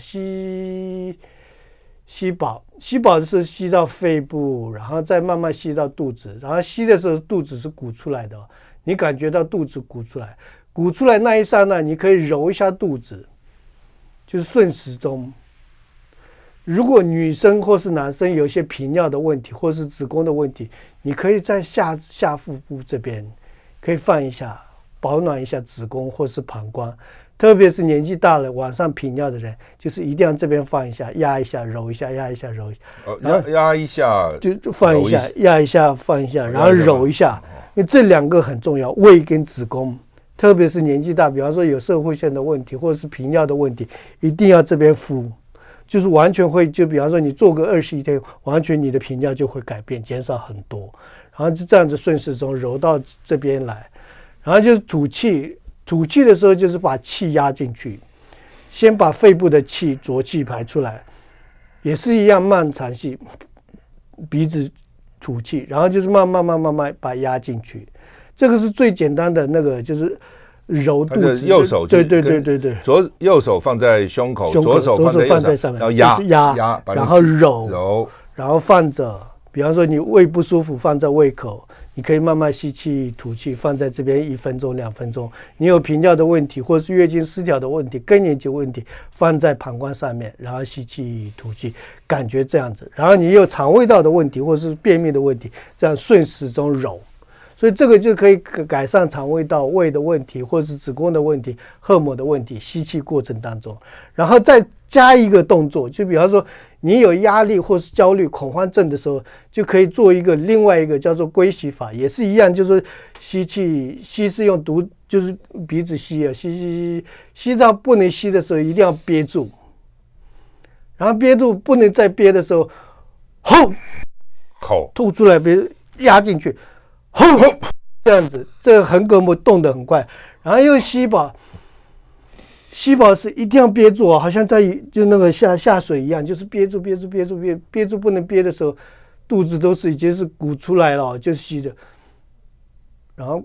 [SPEAKER 3] 吸饱的时候吸到肺部，然后再慢慢吸到肚子，然后吸的时候肚子是鼓出来的，你感觉到肚子鼓出来那一刹那，你可以揉一下肚子，就是顺时钟。如果女生或是男生有一些频尿的问题或是子宫的问题，你可以在下腹部这边可以放一下，保暖一下子宫或是膀胱。特别是年纪大了晚上频尿的人，就是一定要这边放一下，压一下，揉一下，压一下，揉一下。
[SPEAKER 2] 压一下
[SPEAKER 3] 就放一下，压一下，放一下，然后揉一下。因为这2个很重要，胃跟子宫，特别是年纪大，比方说有肾会腺的问题或者是频尿的问题，一定要这边敷，就是完全会，就比方说你做个21天，完全你的频尿就会改变，减少很多。然后就这样子顺时钟揉到这边来，然后就是吐气。吐气的时候就是把气压进去，先把肺部的气浊气排出来，也是一样慢长气，鼻子吐气，然后就是慢慢把压进去。这个是最简单的那个，就是揉肚子。
[SPEAKER 2] 右手
[SPEAKER 3] 对，
[SPEAKER 2] 右手放在胸口，左手放在上面，然后压，
[SPEAKER 3] 然后揉，然后放着。比方说你胃不舒服，放在胃口，你可以慢慢吸气吐气，放在这边1分钟2分钟。你有频尿的问题或是月经失调的问题更年期问题，放在膀胱上面，然后吸气吐气，感觉这样子。然后你有肠胃道的问题或是便秘的问题，这样顺时钟揉，所以这个就可以改善肠胃道胃的问题或是子宫的问题、荷尔蒙的问题，吸气过程当中。然后再加一个动作，就比方说你有压力或是焦虑恐慌症的时候，就可以做另外一个叫做归息法，也是一样，就是吸气，吸是用就是鼻子吸啊，吸到不能吸的时候一定要憋住，然后憋住不能再憋的时候，吐出来，别压进去，这样子，这个横膈膜动得很快，然后又吸饱。吸饱是一定要憋住好像就那个下水一样，就是憋住不能憋的时候，肚子都是已经是鼓出来了，就吸的，然后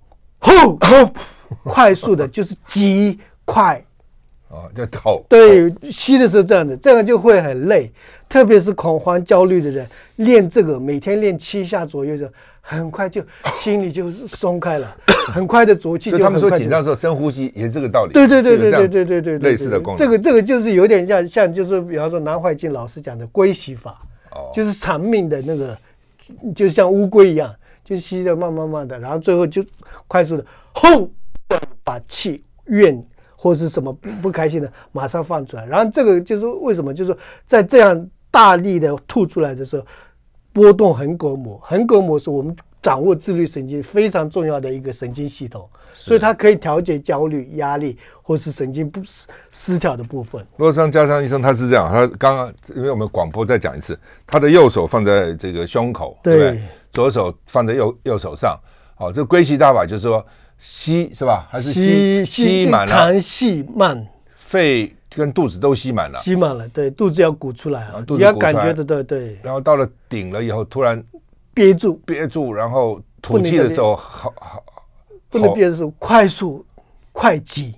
[SPEAKER 3] 快速的，就是极快。
[SPEAKER 2] 就吐。
[SPEAKER 3] 对，吸的时候这样子，这样就会很累，特别是恐慌焦虑的人，练这个每天练7下左右的，很快就心里就松开了，很快的浊气就很快。
[SPEAKER 2] 他们说紧张的时候深呼吸也是这个道理。
[SPEAKER 3] 对，
[SPEAKER 2] 类似的功能。
[SPEAKER 3] 这个就是有点像就是比方说南怀瑾老师讲的归息法，就是长命的那个，就像乌龟一样，就吸的慢慢的，然后最后就快速的把气怨或是什么不开心的马上放出来，然后这个就是为什么，就是在这样大力的吐出来的时候，波动横膈膜，横膈膜是我们掌握自律神经非常重要的一个神经系统，所以它可以调节焦虑、压力或是神经失调的部分。
[SPEAKER 2] 洛桑加上医生他是这样，他刚刚因为我们广播再讲一次，他的右手放在这个胸口，对不对？左手放在右手上。好，这归息大法就是说吸是吧？还是吸满了，
[SPEAKER 3] 长吸慢，
[SPEAKER 2] 肺跟肚子都吸满了，
[SPEAKER 3] 吸满了，对，肚子要鼓出来啊，你要感觉的，对。
[SPEAKER 2] 然后到了顶了以后，突然
[SPEAKER 3] 憋住，
[SPEAKER 2] 然后吐气的时候，
[SPEAKER 3] 不能憋的时候，快速快挤，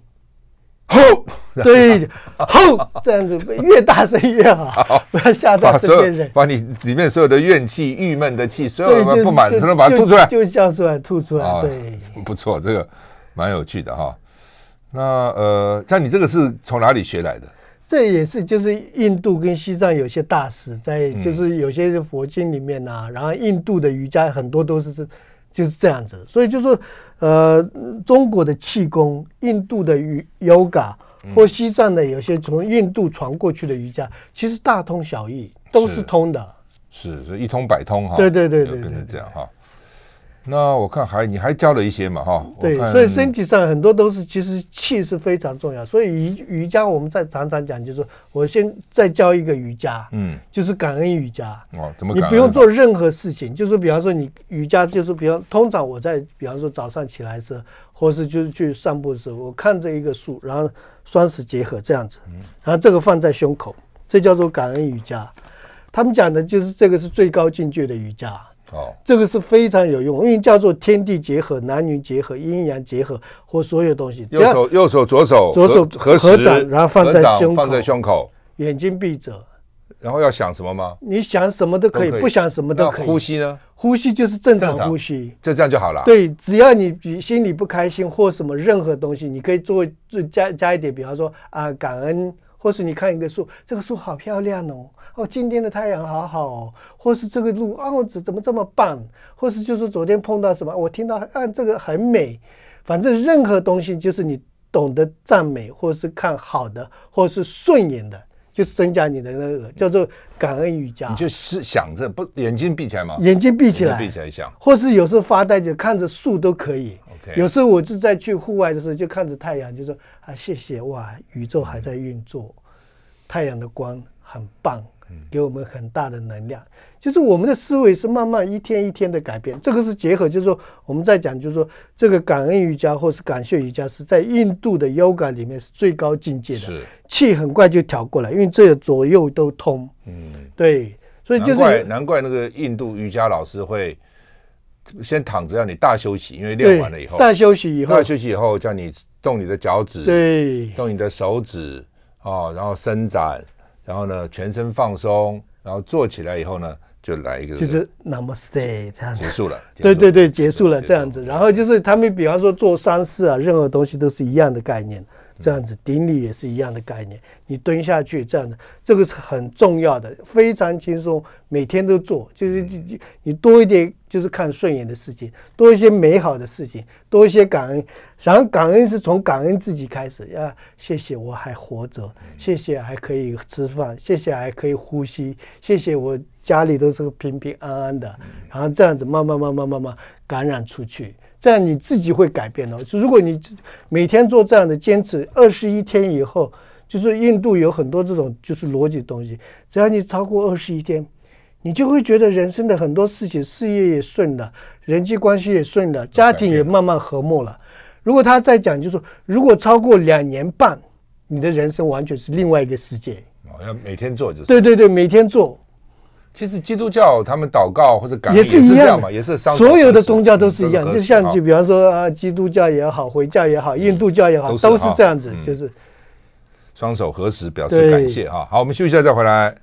[SPEAKER 3] 对，这样子越大声越好，不要吓到身边人，
[SPEAKER 2] 把你里面所有的怨气、郁闷的气，所有的不满，都把它吐出来，
[SPEAKER 3] 就叫出来，吐出来，对，
[SPEAKER 2] 不错，这个蛮有趣的哈。那像你这个是从哪里学来的？
[SPEAKER 3] 这也是就是印度跟西藏有些大师在，就是有些佛经里面啊，然后印度的瑜伽很多都是就是这样子。所以就说中国的气功、印度的yoga或西藏的有些从印度传过去的瑜伽，其实大通小异，都是通的。是，
[SPEAKER 2] 所以一通百通哈。
[SPEAKER 3] 对，变
[SPEAKER 2] 成这样哈。那我看你还教了一些嘛哈？
[SPEAKER 3] 对，所以身体上很多都是，其实气是非常重要。所以瑜伽我们常常讲，就是说我先再教一个瑜伽，就是感恩瑜伽。
[SPEAKER 2] 怎么感恩？
[SPEAKER 3] 你不用做任何事情，就是比方说你瑜伽，就是通常我在比方说早上起来时，或是就是去散步的时候，我看着一个树，然后双手结合这样子，然后这个放在胸口，这叫做感恩瑜伽。他们讲的就是这个是最高境界的瑜伽。这个是非常有用，因为叫做天地结合、男女结合、阴阳结合，或所有东西。
[SPEAKER 2] 右手左手
[SPEAKER 3] 合掌，然后放在
[SPEAKER 2] 胸口，
[SPEAKER 3] 眼睛闭着。
[SPEAKER 2] 然后要想什么吗？
[SPEAKER 3] 你想什么都可以，不想什么都可以。
[SPEAKER 2] 呼吸呢？
[SPEAKER 3] 呼吸就是正常呼吸，
[SPEAKER 2] 就这样就好了。
[SPEAKER 3] 对，只要你心里不开心或什么任何东西，你可以加一点，比方说感恩。或是你看一个树，这个树好漂亮哦，今天的太阳好好哦，或是这个路怎么这么棒，或是就是昨天碰到什么，我听到这个很美，反正任何东西就是你懂得赞美，或是看好的，或是顺眼的，就增加你的那个叫做感恩瑜伽。
[SPEAKER 2] 你就是想着眼睛闭起来吗？
[SPEAKER 3] 眼睛闭起来
[SPEAKER 2] 想，
[SPEAKER 3] 或是有时候发呆就看着树都可以。有时候我就在去户外的时候，就看着太阳，就说谢谢哇，宇宙还在运作，太阳的光很棒，给我们很大的能量。就是我们的思维是慢慢一天一天的改变，这个是结合，就是说我们在讲，就是说这个感恩瑜伽或是感谢瑜伽是在印度的 yoga 里面是最高境界的，气很快就调过来，因为这个左右都通。对，所以就是
[SPEAKER 2] 难怪那个印度瑜伽老师会先躺着让你大休息，因为练完了以后，
[SPEAKER 3] 大休息以
[SPEAKER 2] 后叫你动你的脚趾，
[SPEAKER 3] 对，
[SPEAKER 2] 动你的手指然后伸展，然后呢全身放松，然后坐起来以后呢就来一个
[SPEAKER 3] 就是 Namaste 这样子
[SPEAKER 2] 结束了。
[SPEAKER 3] 对，结束了这样子。然后就是他们比方说做丧事任何东西都是一样的概念。这样子顶礼也是一样的概念，你蹲下去这样的，这个是很重要的，非常轻松，每天都做，就是你多一点就是看顺眼的事情，多一些美好的事情，多一些感恩。然后感恩是从感恩自己开始，谢谢我还活着，谢谢还可以吃饭，谢谢还可以呼吸，谢谢我家里都是平平安安的，然后这样子慢慢感染出去。这样你自己会改变的。如果你每天做这样的坚持21天以后，就是印度有很多这种就是逻辑的东西，只要你超过21天，你就会觉得人生的很多事情，事业也顺了，人际关系也顺了，家庭也慢慢和睦了。如果他再讲，就是说如果超过2年半，你的人生完全是另外一个世界。
[SPEAKER 2] 要每天做就是。
[SPEAKER 3] 对，每天做。
[SPEAKER 2] 其实基督教他们祷告或者感恩
[SPEAKER 3] 也是一样
[SPEAKER 2] 嘛，也是
[SPEAKER 3] 所有的宗教都是一样，就像比方说基督教也好，回教也好，印度教也好，都是这样子，就是
[SPEAKER 2] 双手合十表示感谢哈。好，我们休息一下再回来。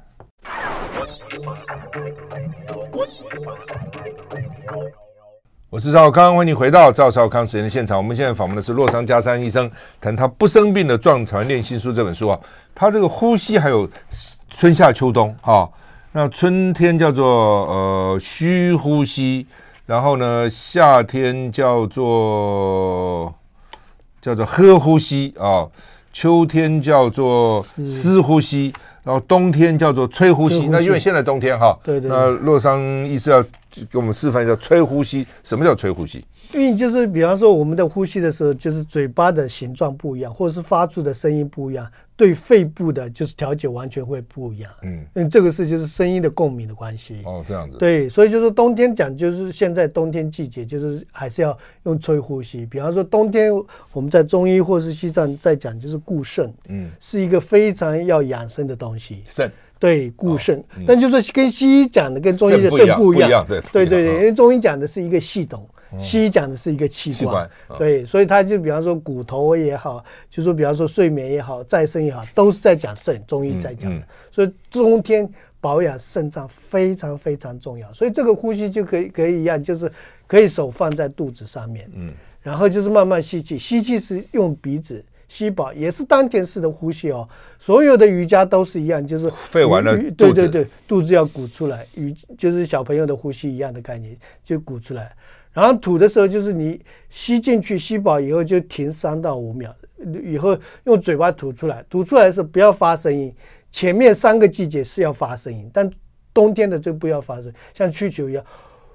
[SPEAKER 2] 我是赵少康，欢迎你回到赵少康实验的现场。我们现在访问的是洛桑加山医生，谈他不生病的壮传练心术这本书啊。他这个呼吸还有春夏秋冬哈。那春天叫做虚呼吸，然后呢夏天叫做喝呼吸秋天叫做湿呼吸，然后冬天叫做吹呼吸。那因为现在冬天
[SPEAKER 3] 对，
[SPEAKER 2] 那洛桑医师要给我们示范一下吹呼吸。什么叫吹呼吸？
[SPEAKER 3] 因为就是比方说我们的呼吸的时候，就是嘴巴的形状不一样，或者是发出的声音不一样，对肺部的就是调节完全会不一样。这个是就是声音的共鸣的关系。
[SPEAKER 2] 这样子。
[SPEAKER 3] 对，所以就是冬天讲，就是现在冬天季节，就是还是要用吹呼吸。比方说冬天我们在中医或是西藏在讲，就是固肾，是一个非常要养生的东西。
[SPEAKER 2] 肾。
[SPEAKER 3] 对，固肾，但就是跟西医讲的跟中医的肾不一样。对，因为中医讲的是一个系统。西医讲的是一个器官，对，所以他就比方说骨头也好，就说比方说睡眠也好，再生也好，都是在讲肾，中医在讲的。所以冬天保养肾脏非常非常重要。所以这个呼吸就可以一样，就是可以手放在肚子上面，然后就是慢慢吸气，吸气是用鼻子， 吸饱，也是丹田式的呼吸哦。所有的瑜伽都是一样，就是
[SPEAKER 2] 肺完了，
[SPEAKER 3] 对对对，肚子要鼓出来，就是小朋友的呼吸一样的概念，就鼓出来。然后吐的时候，就是你吸进去，吸饱以后就停3到5秒，以后用嘴巴吐出来。吐出来的时候不要发声音，前面3个季节是要发声音，但冬天的就不要发声，像气球一样。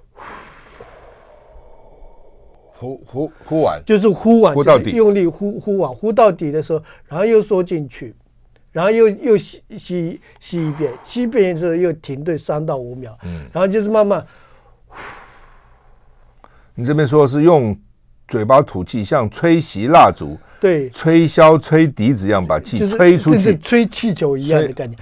[SPEAKER 2] 呼完，
[SPEAKER 3] 就是呼完，
[SPEAKER 2] 呼到底，
[SPEAKER 3] 用力呼完，呼到底的时候，然后又缩进去，然后又吸一遍，吸一遍的时候又停顿3到5秒，然后就是慢慢。
[SPEAKER 2] 你这边说是用嘴巴吐气，像吹熄蜡烛，
[SPEAKER 3] 对，
[SPEAKER 2] 吹箫、吹笛子一样把气吹出去，
[SPEAKER 3] 就是吹气球一样的概念，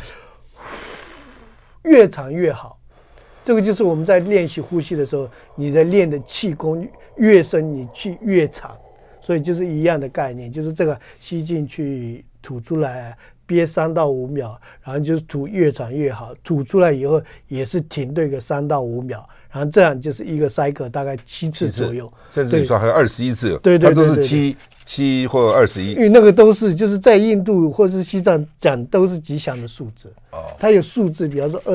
[SPEAKER 3] 越长越好。这个就是我们在练习呼吸的时候，你的练的气功越深，你气越长，所以就是一样的概念，就是这个吸进去，吐出来，憋3到5秒，然后就是吐越长越好，吐出来以后也是停对个3到5秒，然后这样就是一个 cycle 大概7次左右，
[SPEAKER 2] 甚至你说还有21次，
[SPEAKER 3] 对，
[SPEAKER 2] 它都是7或21，
[SPEAKER 3] 因为那个都是就是在印度或是西藏讲都是吉祥的数字，它有数字，比方说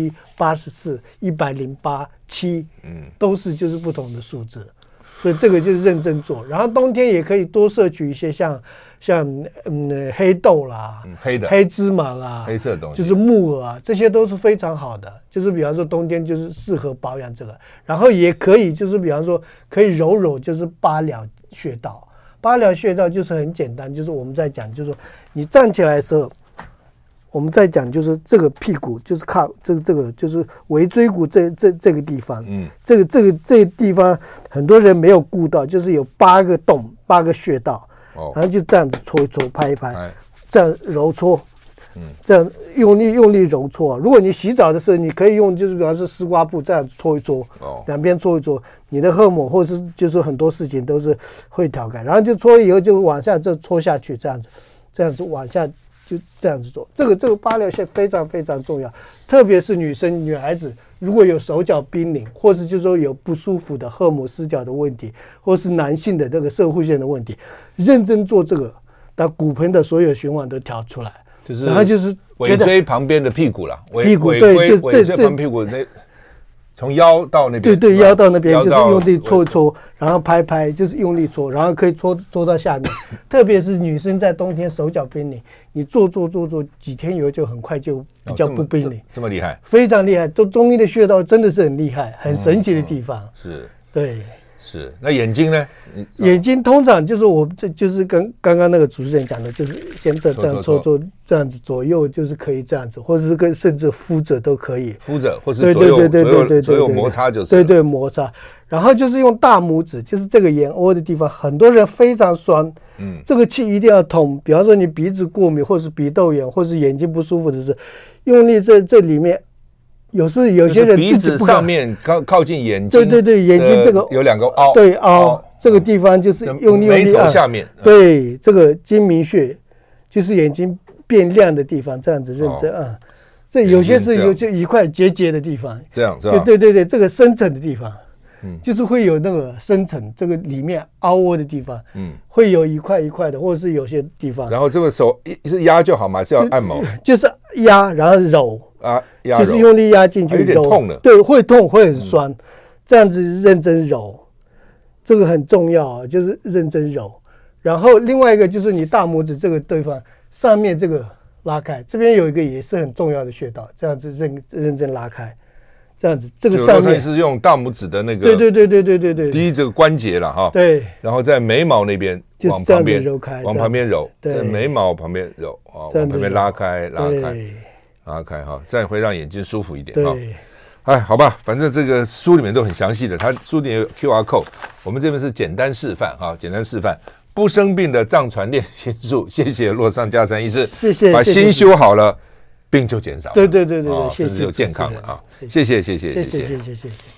[SPEAKER 3] 21、84、108、7，都是就是不同的数字，所以这个就是认真做。然后冬天也可以多摄取一些像黑豆啦、黑芝麻啦、
[SPEAKER 2] 黑色的东西，
[SPEAKER 3] 就是木耳啊，这些都是非常好的。就是比方说冬天就是适合保养这个，然后也可以就是比方说可以揉就是八髎穴道。八髎穴道就是很简单，就是我们在讲，就是说你站起来的时候，我们在讲就是这个屁股，就是靠这个就是尾椎骨这个地方，这个地方很多人没有顾到，就是有8个洞，8个穴道，然后就这样子搓一搓，拍一拍，这样揉搓，这样用力揉搓。如果你洗澡的时候，你可以用就是比方说丝瓜布这样搓一搓，两边搓一搓，你的荷尔蒙或是就是很多事情都是会调改。然后就搓以后就往下这搓下去，这样子往下就这样子做。这个八髎穴非常非常重要，特别是女孩子如果有手脚冰冷，或是就是说有不舒服的荷尔蒙失调的问题，或是男性的那个射护腺的问题，认真做这个，把骨盆的所有循环都调出来。然后就是
[SPEAKER 2] 尾椎旁边的屁股啦，
[SPEAKER 3] 屁股对，就
[SPEAKER 2] 尾椎旁屁股那从腰到那边，
[SPEAKER 3] 对，腰到那边就是用力搓一搓，然后拍拍，就是用力搓，然后可以搓到下面。特别是女生在冬天手脚冰冷，你做几天以后就很快就比较不冰冷，
[SPEAKER 2] 这么厉害，
[SPEAKER 3] 非常厉害。都中医的穴道真的是很厉害，很神奇的地方。
[SPEAKER 2] 是，
[SPEAKER 3] 对。
[SPEAKER 2] 是，那眼睛呢？
[SPEAKER 3] 眼睛通常就是我这就是跟刚刚那个主持人讲的，就是先这样搓，这样子左右就是可以这样子，或者是跟甚至敷着都可以，
[SPEAKER 2] 敷着或是左右摩擦就是，
[SPEAKER 3] 对摩擦。然后就是用大拇指，就是这个眼窝的地方，很多人非常酸，这个气一定要通。比方说你鼻子过敏，或是鼻窦炎，或是眼睛不舒服的时候，用力这里面。有些人
[SPEAKER 2] 鼻子上面靠近眼睛，
[SPEAKER 3] 对，眼睛这个
[SPEAKER 2] 有2个凹，
[SPEAKER 3] 对凹这个地方就是用力
[SPEAKER 2] 眉头下面，
[SPEAKER 3] 对，这个睛明穴就是眼睛变亮的地方，这样子认真啊。这有些是有就一块结的地方，
[SPEAKER 2] 这样是
[SPEAKER 3] 吧？对，这个深层的地方，就是会有那个深层这个里面凹窝的地方，会有一块一块的，或者是有些地方。
[SPEAKER 2] 然后这个手是压就好吗？是要按摩？
[SPEAKER 3] 就是压，然后揉。就是用力压进去，
[SPEAKER 2] 有点痛了，
[SPEAKER 3] 对，会痛，会很酸，这样子认真揉，这个很重要啊，就是认真揉。然后另外一个就是你大拇指这个地方上面这个拉开，这边有一个也是很重要的穴道，这样子认真拉开，这样子这个上面
[SPEAKER 2] 是用大拇指的那个，
[SPEAKER 3] 对，
[SPEAKER 2] 第一这个关节了哈，
[SPEAKER 3] 对，
[SPEAKER 2] 然后在眉毛那边往旁边揉开，往旁边揉，在眉毛旁边揉啊，往旁边拉开哈，这样会让眼睛舒服一点哈。哎，好吧，反正这个书里面都很详细的，它书里面有 QR code， 我们这边是简单示范哈，简单示范不生病的藏传练心术。谢谢洛桑加山医师，
[SPEAKER 3] 谢谢，
[SPEAKER 2] 把心修好了，病就减少了，
[SPEAKER 3] 对，
[SPEAKER 2] 甚至就健康了啊！谢谢。